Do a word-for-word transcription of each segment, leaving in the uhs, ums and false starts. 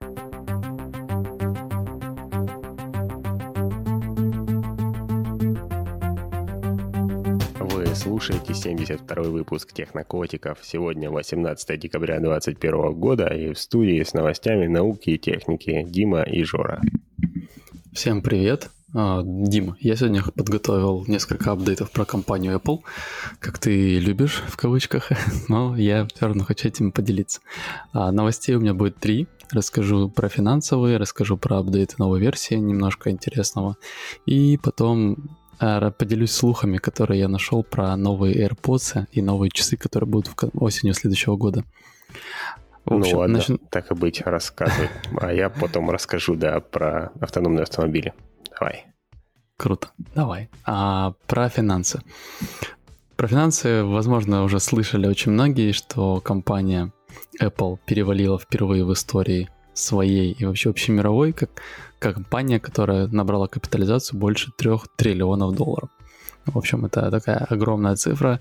Вы слушаете семьдесят второй выпуск «Технокотиков». Сегодня восемнадцатое декабря две тысячи двадцать первого года, и в студии с новостями науки и техники Дима и Жора. Всем привет. А, Дима, я сегодня подготовил несколько апдейтов про компанию Apple, как ты любишь, в кавычках, но я все равно хочу этим поделиться. А, новостей у меня будет три. Расскажу про финансовые, расскажу про апдейты новой версии, немножко интересного, и потом поделюсь слухами, которые я нашел про новые AirPods и новые часы, которые будут осенью следующего года. В общем, ну ладно, начну... так и быть, рассказывай. А я потом расскажу, да, про автономные автомобили. Давай. Круто, давай. А, про финансы. Про финансы, возможно, уже слышали очень многие, что компания Apple перевалила впервые в истории своей и вообще общемировой, как компания, которая набрала капитализацию больше трех триллионов долларов. В общем, это такая огромная цифра.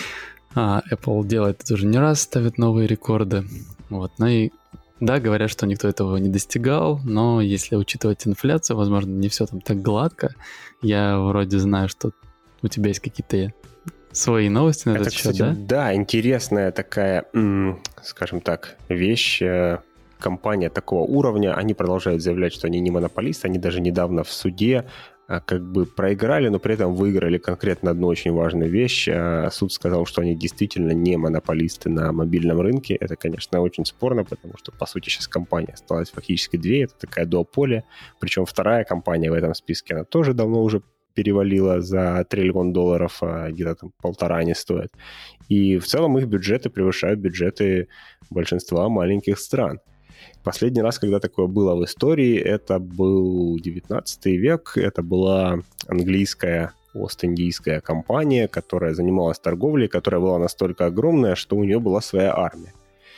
Apple делает это уже не раз, ставит новые рекорды. Вот. Ну и да, говорят, что никто этого не достигал, но если учитывать инфляцию, возможно, не все там так гладко. Я вроде знаю, что у тебя есть какие-то свои новости на это, этот кстати, счет, да? Да, интересная такая, скажем так, вещь. Компания такого уровня, они продолжают заявлять, что они не монополисты, они даже недавно в суде как бы проиграли, но при этом выиграли конкретно одну очень важную вещь. Суд сказал, что они действительно не монополисты на мобильном рынке. Это, конечно, очень спорно, потому что, по сути, сейчас компания осталась фактически две. Это такая дуополия. Причем вторая компания в этом списке, она тоже давно уже перевалила за триллион долларов, а где-то там полтора они стоят. И в целом их бюджеты превышают бюджеты большинства маленьких стран. Последний раз, когда такое было в истории, это был девятнадцатый век. Это была английская Ост-Индийская компания, которая занималась торговлей, которая была настолько огромная, что у нее была своя армия.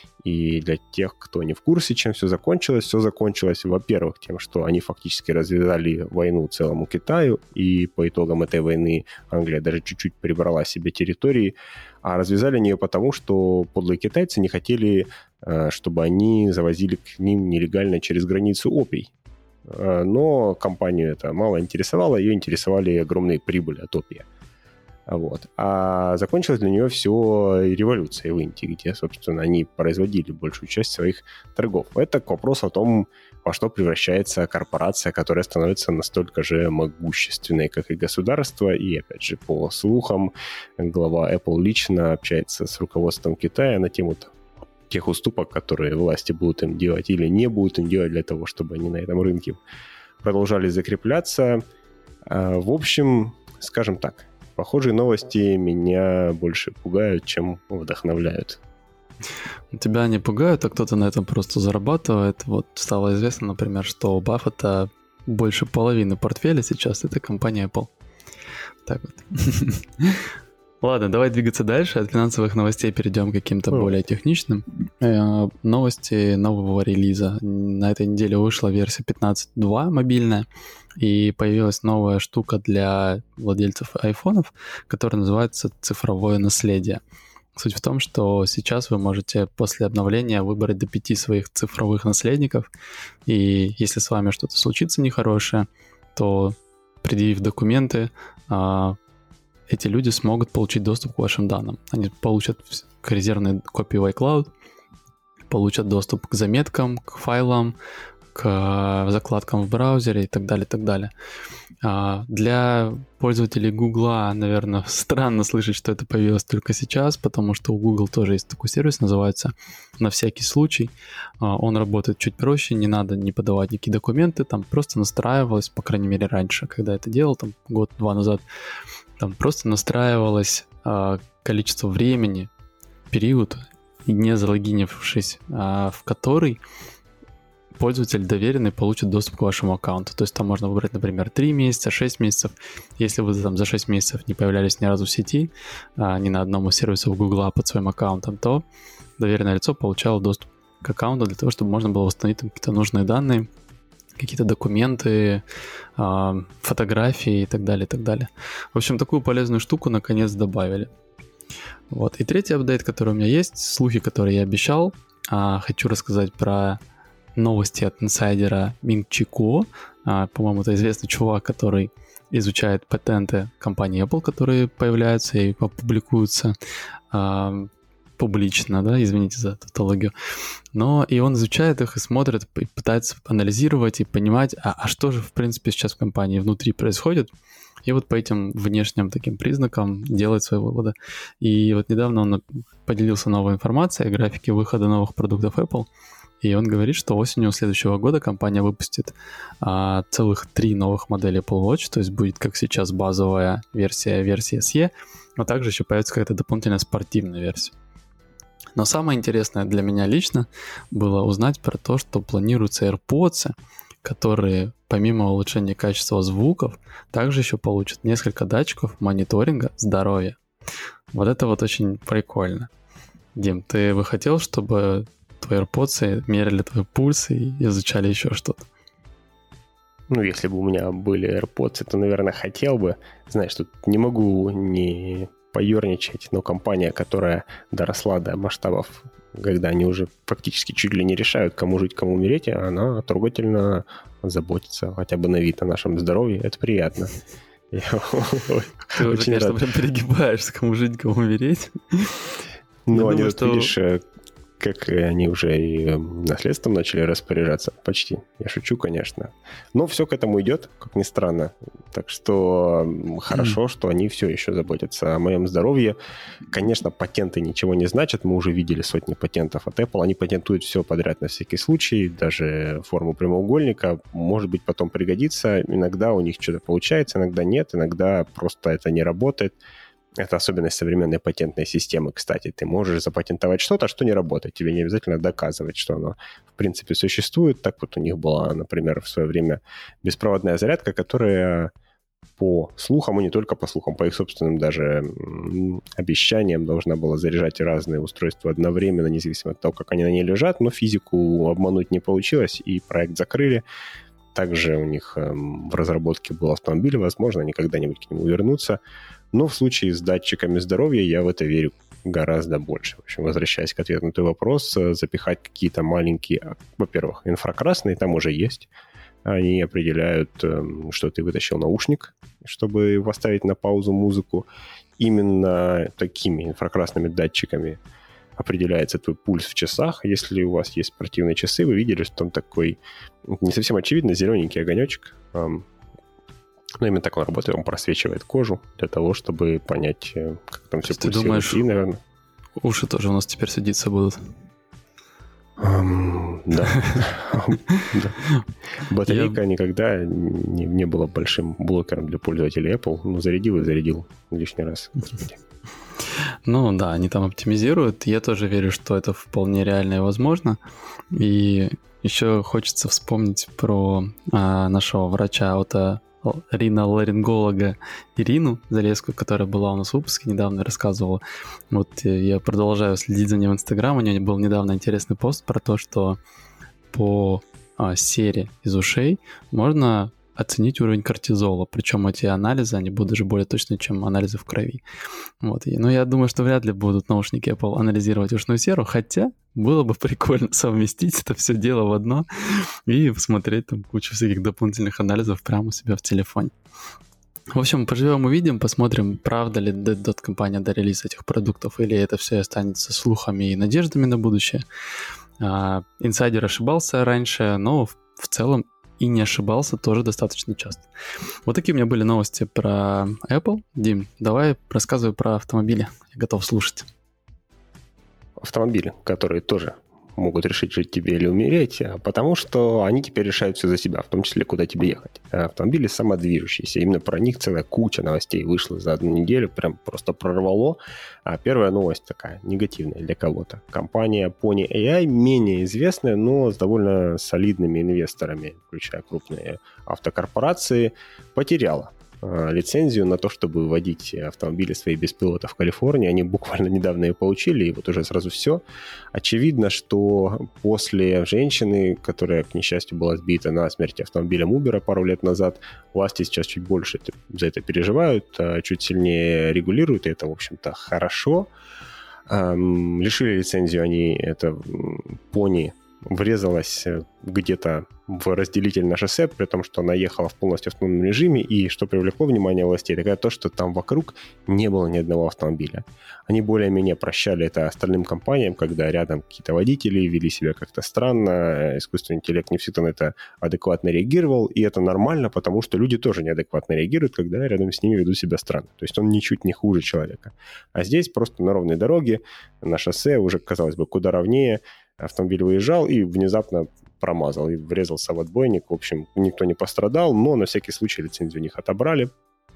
И для тех, кто не в курсе, чем все закончилось, все закончилось, во-первых, тем, что они фактически развязали войну целому Китаю, и по итогам этой войны Англия даже чуть-чуть прибрала себе территории, а развязали они ее потому, что подлые китайцы не хотели, чтобы они завозили к ним нелегально через границу опий. Но компанию это мало интересовало, ее интересовали огромные прибыли от опия. Вот. А закончилось для нее все революцией в Индии, где, собственно, они производили большую часть своих торгов. Это к вопросу о том, во что превращается корпорация, которая становится настолько же могущественной, как и государство. И, опять же, по слухам, глава Apple лично общается с руководством Китая на тему тех уступок, которые власти будут им делать или не будут им делать для того, чтобы они на этом рынке продолжали закрепляться. В общем, скажем так, похожие новости меня больше пугают, чем вдохновляют. Тебя не пугают, а кто-то на этом просто зарабатывает. Вот стало известно, например, что у Баффета больше половины портфеля сейчас это компания Apple. Так вот. Ладно, давай двигаться дальше. От финансовых новостей перейдем к каким-то oh. более техничным. Э, новости нового релиза. На этой неделе вышла версия пятнадцать точка два мобильная, и появилась новая штука для владельцев айфонов, которая называется цифровое наследие. Суть в том, что сейчас вы можете после обновления выбрать до пяти своих цифровых наследников, и если с вами что-то случится нехорошее, то, предъявив документы, эти люди смогут получить доступ к вашим данным. Они получат резервные копии в iCloud, получат доступ к заметкам, к файлам, к закладкам в браузере и так далее, и так далее. Для пользователей Гугла, наверное, странно слышать, что это появилось только сейчас, потому что у Google тоже есть такой сервис, называется «На всякий случай». Он работает чуть проще, не надо не подавать никакие документы, там просто настраивалось, по крайней мере, раньше, когда я это делал, там год-два назад, там просто настраивалось а, количество времени, период, не залогинившись, а, в который пользователь доверенный получит доступ к вашему аккаунту. То есть там можно выбрать, например, три месяца, шесть месяцев. Если вы там за шесть месяцев не появлялись ни разу в сети, а, ни на одном из сервисов Гугла под своим аккаунтом, то доверенное лицо получало доступ к аккаунту для того, чтобы можно было восстановить там какие-то нужные данные, какие-то документы, фотографии и так далее, и так далее. В общем, такую полезную штуку наконец добавили. Вот. И третий апдейт, который у меня есть, слухи, которые я обещал. Хочу рассказать про новости от инсайдера Минг Чи Ко. А, по-моему, это известный чувак, который изучает патенты компании Apple, которые появляются и публикуются а, публично, да, извините за тавтологию. Но и он изучает их и смотрит, и пытается анализировать и понимать, а, а что же, в принципе, сейчас в компании внутри происходит. И вот по этим внешним таким признакам делает свои выводы. И вот недавно он поделился новой информацией о графике выхода новых продуктов Apple. И он говорит, что осенью следующего года компания выпустит а, целых три новых модели Apple Watch. То есть будет, как сейчас, базовая версия, версия эс и, но также еще появится какая-то дополнительная спортивная версия. Но самое интересное для меня лично было узнать про то, что планируются AirPods, которые помимо улучшения качества звуков, также еще получат несколько датчиков мониторинга здоровья. Вот это вот очень прикольно. Дим, ты бы хотел, чтобы твои AirPods мерили твой пульс и изучали еще что-то? Ну, если бы у меня были AirPods, то, наверное, хотел бы. Знаешь, тут не могу не поерничать, но компания, которая доросла до масштабов, когда они уже практически чуть ли не решают, кому жить, кому умереть, она трогательно заботится хотя бы на вид о нашем здоровье. Это приятно. Ты уже, конечно, прям перегибаешься, кому жить, кому умереть. Ну, они вот, видишь, как они уже и наследством начали распоряжаться. Почти. Я шучу, конечно. Но все к этому идет, как ни странно. Так что хорошо, mm. что они все еще заботятся о моем здоровье. Конечно, патенты ничего не значат. Мы уже видели сотни патентов от Apple. Они патентуют все подряд на всякий случай. Даже форму прямоугольника. Может быть, потом пригодится. Иногда у них что-то получается, иногда нет. Иногда просто это не работает. Это особенность современной патентной системы, кстати. Ты можешь запатентовать что-то, что не работает. Тебе не обязательно доказывать, что оно в принципе существует. Так вот у них была, например, в свое время беспроводная зарядка, которая по слухам, и не только по слухам, по их собственным даже обещаниям должна была заряжать разные устройства одновременно, независимо от того, как они на ней лежат. Но физику обмануть не получилось, и проект закрыли. Также у них в разработке был автомобиль, возможно, они когда-нибудь к нему вернутся. Но в случае с датчиками здоровья я в это верю гораздо больше. В общем, возвращаясь к ответу на твой вопрос, запихать какие-то маленькие, во-первых, инфракрасные там уже есть. Они определяют, что ты вытащил наушник, чтобы поставить на паузу музыку. Именно такими инфракрасными датчиками определяется твой пульс в часах. Если у вас есть спортивные часы, вы видели, что там такой не совсем очевидно зелененький огонечек. Но именно так он работает, он просвечивает кожу для того, чтобы понять, как там все пульсирует. Ты думаешь, и, наверное... уши тоже у нас теперь садиться будут? Um, да. Батарейка никогда не была большим блокером для пользователей Apple. Ну, зарядил и зарядил лишний раз. Ну да, они там оптимизируют. Я тоже верю, что это вполне реально и возможно. И еще хочется вспомнить про а, нашего врача ауто риноларинголога Ирину Залесскую, которая была у нас в выпуске, недавно рассказывала. Вот я продолжаю следить за ней в Инстаграм. У нее был недавно интересный пост про то, что по а, сере из ушей можно оценить уровень кортизола. Причем эти анализы, они будут даже более точные, чем анализы в крови. Вот. И, ну, я думаю, что вряд ли будут наушники Apple анализировать ушную серу, хотя было бы прикольно совместить это все дело в одно и посмотреть там кучу всяких дополнительных анализов прямо у себя в телефоне. В общем, поживем увидим, посмотрим, правда ли дойдет компания до релиза этих продуктов, или это все останется слухами и надеждами на будущее. А, инсайдер ошибался раньше, но в, в целом и не ошибался тоже достаточно часто. Вот такие у меня были новости про Apple. Дим, давай рассказывай про автомобили. Я готов слушать. Автомобили, которые тоже могут решить, жить тебе или умереть, потому что они теперь решают все за себя, в том числе, куда тебе ехать. Автомобили самодвижущиеся. Именно про них целая куча новостей вышла за одну неделю, прям просто прорвало. А первая новость такая, негативная для кого-то. Компания Pony эй ай, менее известная, но с довольно солидными инвесторами, включая крупные автокорпорации, потеряла лицензию на то, чтобы водить автомобили свои без пилота в Калифорнии. Они буквально недавно ее получили, и вот уже сразу все. Очевидно, что после женщины, которая, к несчастью, была сбита насмерть автомобилем Uber пару лет назад, власти сейчас чуть больше за это переживают, чуть сильнее регулируют, и это, в общем-то, хорошо. Лишили лицензию они, это Pony, врезалась где-то в разделитель на шоссе, при том, что она ехала в полностью автономном режиме, и что привлекло внимание властей, так это то, что там вокруг не было ни одного автомобиля. Они более-менее прощали это остальным компаниям, когда рядом какие-то водители вели себя как-то странно, искусственный интеллект не всегда на это адекватно реагировал, и это нормально, потому что люди тоже неадекватно реагируют, когда рядом с ними ведут себя странно. То есть он ничуть не хуже человека. А здесь просто на ровной дороге, на шоссе, уже, казалось бы, куда ровнее, автомобиль выезжал и внезапно промазал и врезался в отбойник. В общем, никто не пострадал, но на всякий случай лицензию у них отобрали.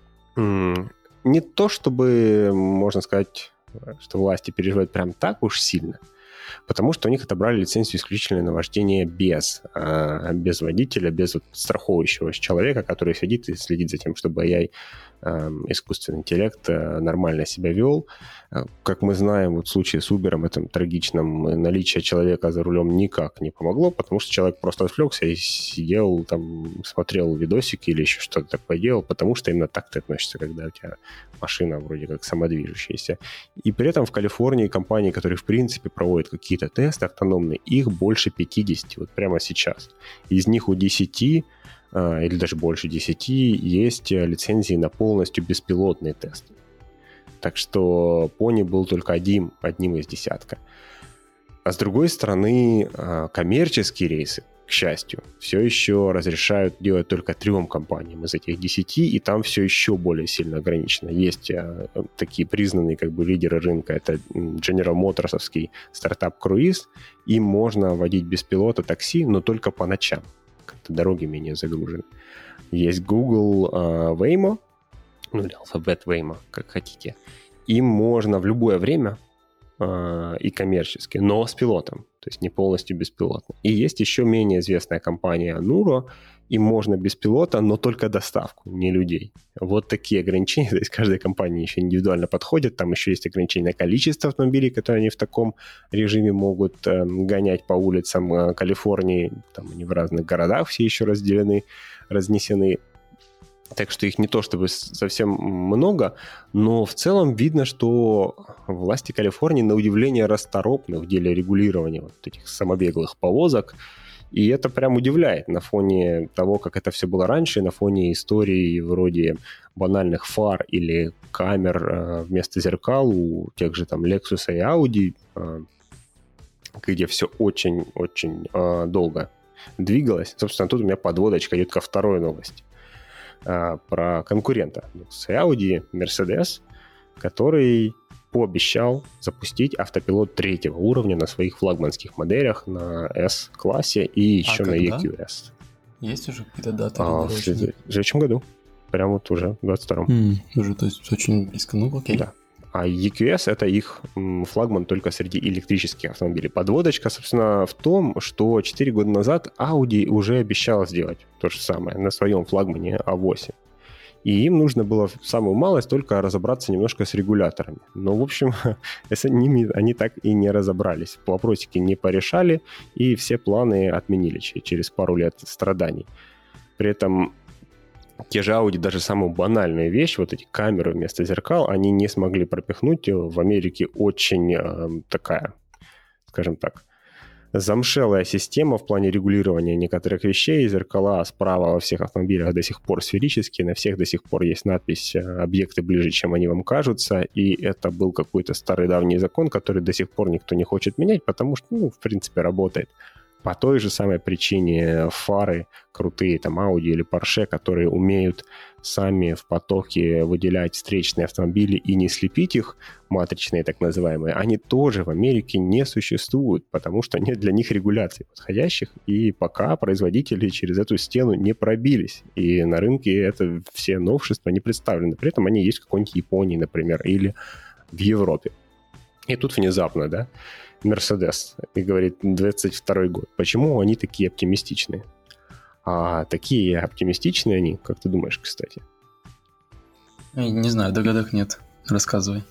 Не то чтобы, можно сказать, что власти переживают прям так уж сильно, потому что у них отобрали лицензию исключительно на вождение без, без водителя, без вот страхующего человека, который сидит и следит за тем, чтобы эй ай, искусственный интеллект, нормально себя вел. Как мы знаем, вот в случае с Uber, этом трагичном, наличие человека за рулем никак не помогло, потому что человек просто отвлекся и сидел, там, смотрел видосики или еще что-то такое делал, потому что именно так ты относишься, когда у тебя машина вроде как самодвижущаяся. И при этом в Калифорнии компании, которые, в принципе, проводят какие-то тесты автономные, их больше пятьдесят, вот прямо сейчас. Из них у десяти или даже больше десяти есть лицензии на полностью беспилотные тесты. Так что Pony был только один, одним из десятка. А с другой стороны, коммерческие рейсы, к счастью, все еще разрешают делать только трем компаниям из этих десяти, и там все еще более сильно ограничено. Есть такие признанные как бы лидеры рынка, это General Motors-овский стартап Cruise, им можно водить без пилота такси, но только по ночам. Как-то дороги менее загружены. Есть Google uh, Waymo, ну или алфавит Waymo, как хотите. Им можно в любое время uh, и коммерчески, но с пилотом, то есть не полностью беспилотно. И есть еще менее известная компания Nuro, им можно без пилота, но только доставку, не людей. Вот такие ограничения, то есть каждая компания еще индивидуально подходит, там еще есть ограничение на количество автомобилей, которые они в таком режиме могут э, гонять по улицам э, Калифорнии, там они в разных городах все еще разделены, разнесены. Так что их не то чтобы совсем много, но в целом видно, что власти Калифорнии на удивление расторопны в деле регулирования вот этих самобеглых повозок. И это прям удивляет на фоне того, как это все было раньше, на фоне истории вроде банальных фар или камер э, вместо зеркал у тех же там Lexus и Audi, э, где все очень-очень э, долго двигалось. Собственно, тут у меня подводочка идет ко второй новости. Э, про конкурента Lexus и Audi, Mercedes, который пообещал запустить автопилот третьего уровня на своих флагманских моделях на S-классе и еще а на и кью эс. Есть уже какие-то даты? А, в следующем году. Прямо вот уже в двадцать втором. Mm, уже, то есть, очень близко. Ну, окей. Да. А и кью эс — это их флагман только среди электрических автомобилей. Подводочка, собственно, в том, что четыре года назад Audi уже обещала сделать то же самое на своем флагмане а восемь. И им нужно было в самую малость только разобраться немножко с регуляторами. Но, в общем, с ними они так и не разобрались. Вопросики не порешали, и все планы отменили через пару лет страданий. При этом те же Audi, даже самую банальную вещь, вот эти камеры вместо зеркал, они не смогли пропихнуть. В Америке очень э, такая, скажем так, замшелая система в плане регулирования некоторых вещей. Зеркала справа во всех автомобилях до сих пор сферические, на всех до сих пор есть надпись «Объекты ближе, чем они вам кажутся», и это был какой-то старый давний закон, который до сих пор никто не хочет менять, потому что, ну, в принципе, работает. По той же самой причине фары крутые, там, Audi или Porsche, которые умеют сами в потоке выделять встречные автомобили и не слепить их, матричные так называемые, они тоже в Америке не существуют, потому что нет для них регуляций подходящих, и пока производители через эту стену не пробились. И на рынке это все новшества не представлены. При этом они есть в какой-нибудь Японии, например, или в Европе. И тут внезапно, да, Mercedes, и говорит, двадцать второй год. Почему они такие оптимистичные? А такие оптимистичные они, как ты думаешь, кстати? Не знаю, догадок нет. Рассказывай.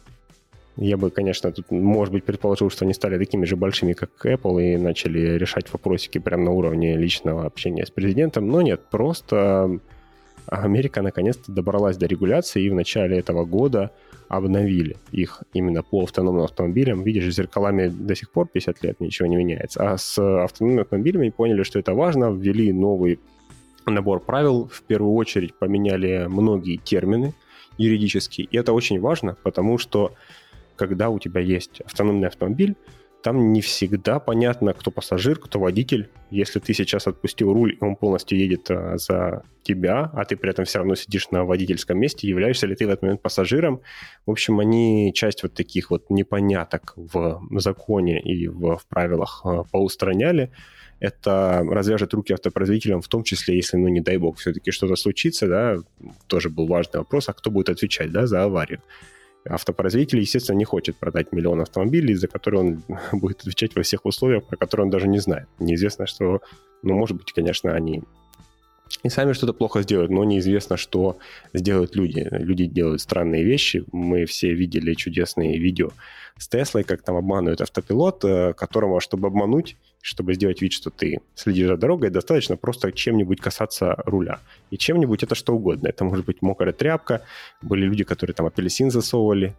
Я бы, конечно, тут, может быть, предположил, что они стали такими же большими, как Apple, и начали решать вопросики прямо на уровне личного общения с президентом. Но нет, просто А Америка наконец-то добралась до регуляции, и в начале этого года обновили их именно по автономным автомобилям. Видишь, с зеркалами до сих пор пятьдесят лет ничего не меняется. А с автономными автомобилями поняли, что это важно, ввели новый набор правил. В первую очередь поменяли многие термины юридические. И это очень важно, потому что когда у тебя есть автономный автомобиль, там не всегда понятно, кто пассажир, кто водитель. Если ты сейчас отпустил руль, и он полностью едет а, за тебя, а ты при этом все равно сидишь на водительском месте, являешься ли ты в этот момент пассажиром? В общем, они часть вот таких вот непоняток в законе и в, в правилах а, поустраняли. Это развяжет руки автопроизводителям, в том числе, если, ну, не дай бог, все-таки что-то случится, да, тоже был важный вопрос, а кто будет отвечать, да, за аварию? Автопроизводитель, естественно, не хочет продать миллион автомобилей, за которые он будет отвечать во всех условиях, про которые он даже не знает. Неизвестно, что, ну, может быть, конечно, они и сами что-то плохо сделают, но неизвестно, что сделают люди. Люди делают странные вещи. Мы все видели чудесные видео с Теслой, как там обманывают автопилот, которому, чтобы обмануть, чтобы сделать вид, что ты следишь за дорогой, достаточно просто чем-нибудь касаться руля. И чем-нибудь это что угодно. Это может быть мокрая тряпка. Были люди, которые там апельсин засовывали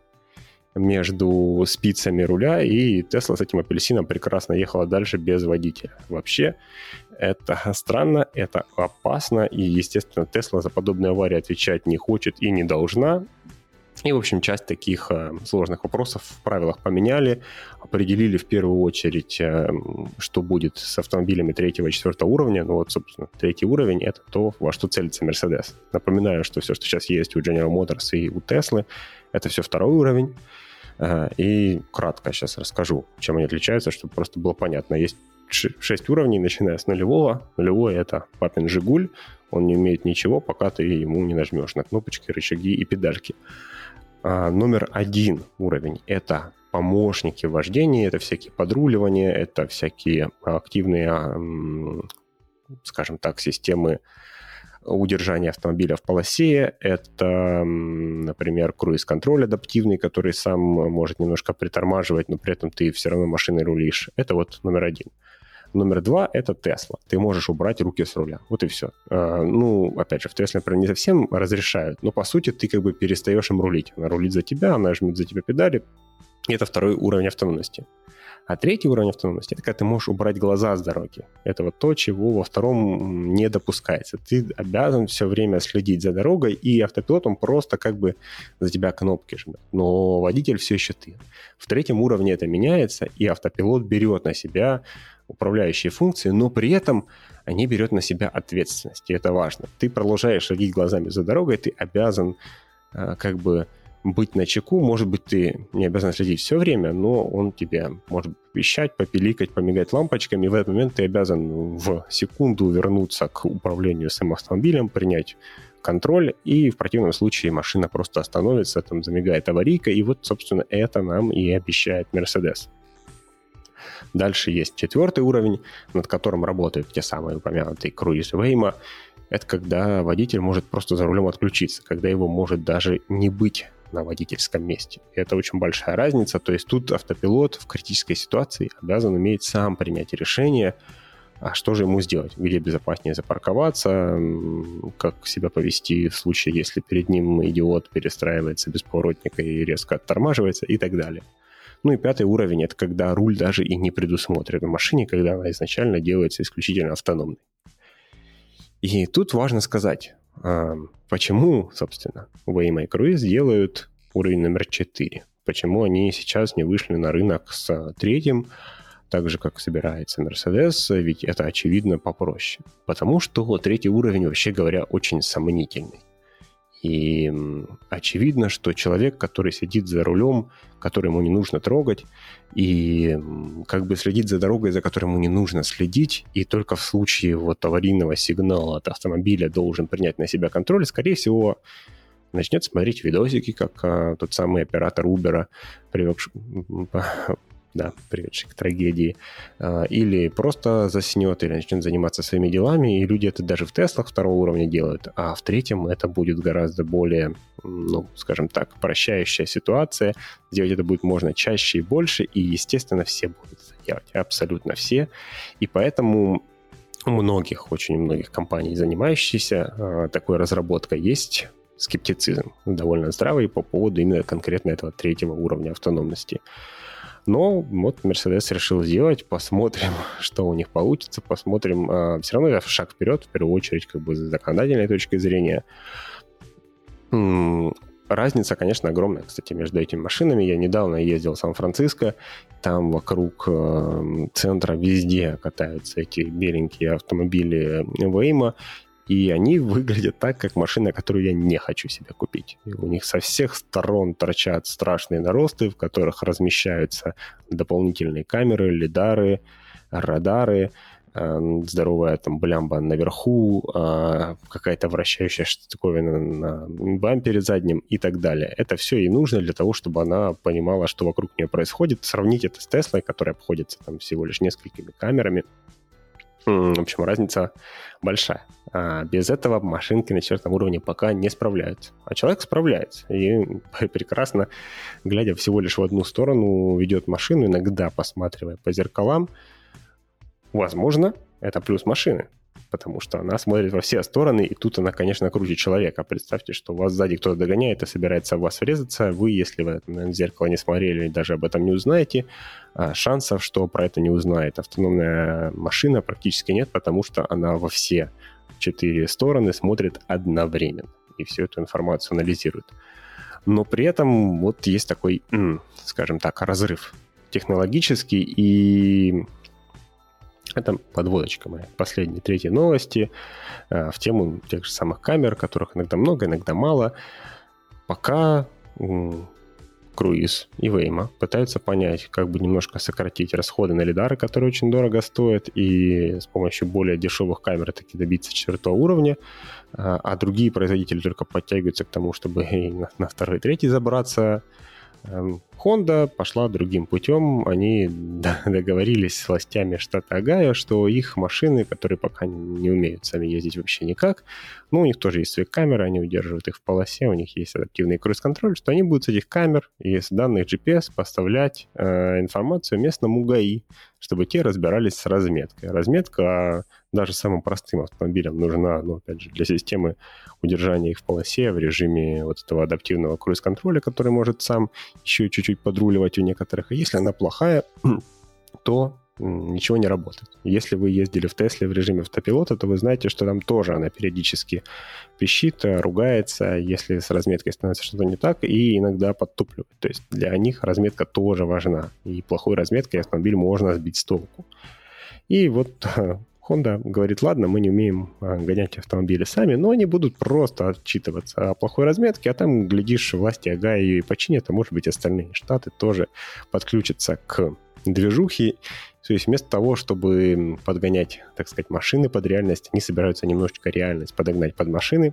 между спицами руля, и Тесла с этим апельсином прекрасно ехала дальше без водителя. Вообще, это странно, это опасно, и, естественно, Тесла за подобные аварии отвечать не хочет и не должна. И, в общем, часть таких э, сложных вопросов в правилах поменяли, определили в первую очередь, э, что будет с автомобилями третьего и четвертого уровня. Ну вот, собственно, третий уровень — это то, во что целится Mercedes. Напоминаю, что все, что сейчас есть у General Motors и у Tesla, это все второй уровень. Э, и кратко сейчас расскажу, чем они отличаются, чтобы просто было понятно. Есть шесть уровней, начиная с нулевого. Нулевой — это папин «Жигуль». Он не умеет ничего, пока ты ему не нажмешь на кнопочки, рычаги и педальки. А, номер один уровень — это помощники в вождении, это всякие подруливания, это всякие активные, скажем так, системы удержания автомобиля в полосе, это, например, круиз-контроль адаптивный, который сам может немножко притормаживать, но при этом ты все равно машиной рулишь. Это вот номер один. Номер два — это Tesla. Ты можешь убрать руки с руля. Вот и все. А, ну, опять же, в Tesla, например, не совсем разрешают, но, по сути, ты как бы перестаешь им рулить. Она рулит за тебя, она жмет за тебя педали. И это второй уровень автономности. А третий уровень автономности — это когда ты можешь убрать глаза с дороги. Это вот то, чего во втором не допускается. Ты обязан все время следить за дорогой, и автопилот, он просто как бы за тебя кнопки жмет. Но водитель все еще ты. В третьем уровне это меняется, и автопилот берет на себя управляющие функции, но при этом они берет на себя ответственность, и это важно. Ты продолжаешь следить глазами за дорогой, ты обязан э, как бы быть начеку. Может быть, ты не обязан следить все время, но он тебе может пищать, попиликать, помигать лампочками, и в этот момент ты обязан в секунду вернуться к управлению своим автомобилем, принять контроль, и в противном случае машина просто остановится, там замигает аварийка, и вот, собственно, это нам и обещает Mercedes. Дальше есть четвертый уровень, над которым работают те самые упомянутые круиз Waymo. Это когда водитель может просто за рулем отключиться, когда его может даже не быть на водительском месте. И это очень большая разница. То есть тут автопилот в критической ситуации обязан уметь сам принять решение, а что же ему сделать, где безопаснее запарковаться, как себя повести в случае, если перед ним идиот перестраивается без поворотника и резко оттормаживается и так далее. Ну и пятый уровень — это когда руль даже и не предусмотрен в машине, когда она изначально делается исключительно автономной. И тут важно сказать, почему, собственно, Waymo и Cruise делают уровень номер четыре. Почему они сейчас не вышли на рынок с третьим, так же, как собирается Mercedes, ведь это, очевидно, попроще. Потому что третий уровень, вообще говоря, очень сомнительный. И очевидно, что человек, который сидит за рулем, который ему не нужно трогать, и как бы следит за дорогой, за которой ему не нужно следить, и только в случае вот аварийного сигнала от автомобиля должен принять на себя контроль, скорее всего, начнет смотреть видосики, как а, тот самый оператор Uber, привыкший, да, приведший к трагедии, или просто заснет, или начнет заниматься своими делами, и люди это даже в Теслах второго уровня делают, а в третьем это будет гораздо более, ну, скажем так, прощающая ситуация, сделать это будет можно чаще и больше, и, естественно, все будут это делать, абсолютно все, и поэтому у многих, очень у многих компаний, занимающихся э, такой разработкой, есть скептицизм довольно здравый по поводу именно конкретно этого третьего уровня автономности. Но вот Mercedes решил сделать, посмотрим, что у них получится, посмотрим. Э, все равно это шаг вперед, в первую очередь, как бы с законодательной точки зрения. М- Разница, конечно, огромная, кстати, между этими машинами. Я недавно ездил в Сан-Франциско, там вокруг э, центра везде катаются эти беленькие автомобили Waymo, и они выглядят так, как машина, которую я не хочу себе купить. И у них со всех сторон торчат страшные наросты, в которых размещаются дополнительные камеры, лидары, радары, здоровая там блямба наверху, какая-то вращающая штуковина на бампере заднем и так далее. Это все ей нужно для того, чтобы она понимала, что вокруг нее происходит. Сравнить это с Теслой, которая обходится там всего лишь несколькими камерами. В общем, разница большая. А без этого машинки на четвертом уровне пока не справляются. А человек справляется. И прекрасно, глядя всего лишь в одну сторону, ведет машину, иногда посматривая по зеркалам. Возможно, это плюс машины, потому что она смотрит во все стороны, и тут она, конечно, круче человека. Представьте, что вас сзади кто-то догоняет и собирается в вас врезаться. Вы, если вы в зеркало не смотрели, даже об этом не узнаете, шансов, что про это не узнает автономная машина, практически нет, потому что она во все четыре стороны смотрит одновременно и всю эту информацию анализирует. Но при этом вот есть такой, скажем так, разрыв технологический, и это подводочка моя. Последние, третьи новости э, в тему тех же самых камер, которых иногда много, иногда мало. Пока м- Cruise и Waymo пытаются понять, как бы немножко сократить расходы на лидары, которые очень дорого стоят, и с помощью более дешевых камер таки добиться четвертого уровня. А, а другие производители только подтягиваются к тому, чтобы и на, на второй и третий забраться. Honda пошла другим путем. Они договорились с властями штата Огайо, что их машины, которые пока не умеют сами ездить вообще никак, но у них тоже есть свои камеры, они удерживают их в полосе, у них есть адаптивный круиз-контроль, что они будут с этих камер и с данных джи пи эс поставлять э, информацию местному ГАИ, чтобы те разбирались с разметкой. Разметка даже самым простым автомобилям нужна, ну, опять же, для системы удержания их в полосе в режиме вот этого адаптивного круиз-контроля, который может сам еще чуть-чуть подруливать у некоторых. А если она плохая, то ничего не работает. Если вы ездили в Тесле в режиме автопилота, то вы знаете, что там тоже она периодически пищит, ругается, если с разметкой становится что-то не так, и иногда подтупливает. То есть для них разметка тоже важна. И плохой разметкой автомобиль можно сбить с толку. И вот Honda говорит, ладно, мы не умеем гонять автомобили сами, но они будут просто отчитываться о плохой разметке, а там, глядишь, власти Огайо ее и починят, а может быть остальные штаты тоже подключатся к движухе. То есть вместо того, чтобы подгонять, так сказать, машины под реальность, они собираются немножечко реальность подогнать под машины.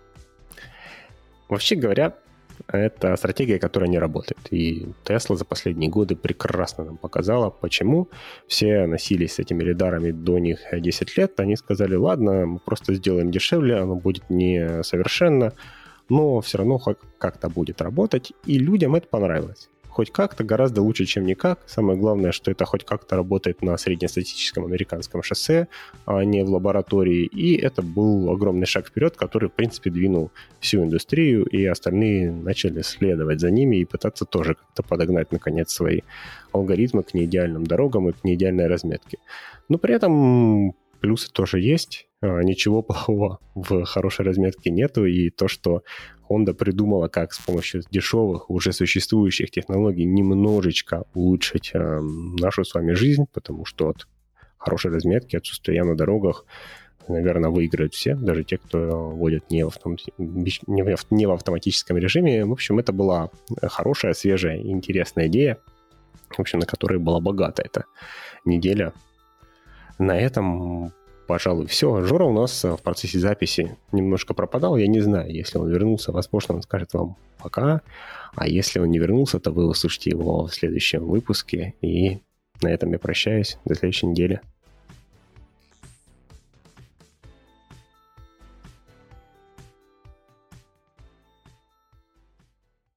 Вообще говоря, это стратегия, которая не работает. И Tesla за последние годы прекрасно нам показала, почему. Все носились с этими лидарами до них десять лет. Они сказали, ладно, мы просто сделаем дешевле, оно будет не совершенно, но все равно как-то будет работать. И людям это понравилось. Хоть как-то гораздо лучше, чем никак. Самое главное, что это хоть как-то работает на среднестатистическом американском шоссе, а не в лаборатории. И это был огромный шаг вперед, который, в принципе, двинул всю индустрию, и остальные начали следовать за ними и пытаться тоже как-то подогнать, наконец, свои алгоритмы к неидеальным дорогам и к неидеальной разметке. Но при этом плюсы тоже есть. Ничего плохого в хорошей разметке нету, и то, что Honda придумала, как с помощью дешевых, уже существующих технологий немножечко улучшить э, нашу с вами жизнь, потому что от хорошей разметки, отсутствия ям на дорогах, наверное, выиграют все, даже те, кто водят не в, автом... не в... не в автоматическом режиме. В общем, это была хорошая, свежая, интересная идея, в общем, на которой была богата эта неделя. На этом, пожалуй, все. Жора у нас в процессе записи немножко пропадал. Я не знаю, если он вернулся, возможно, он скажет вам пока. А если он не вернулся, то вы услышите его в следующем выпуске. И на этом я прощаюсь. До следующей недели.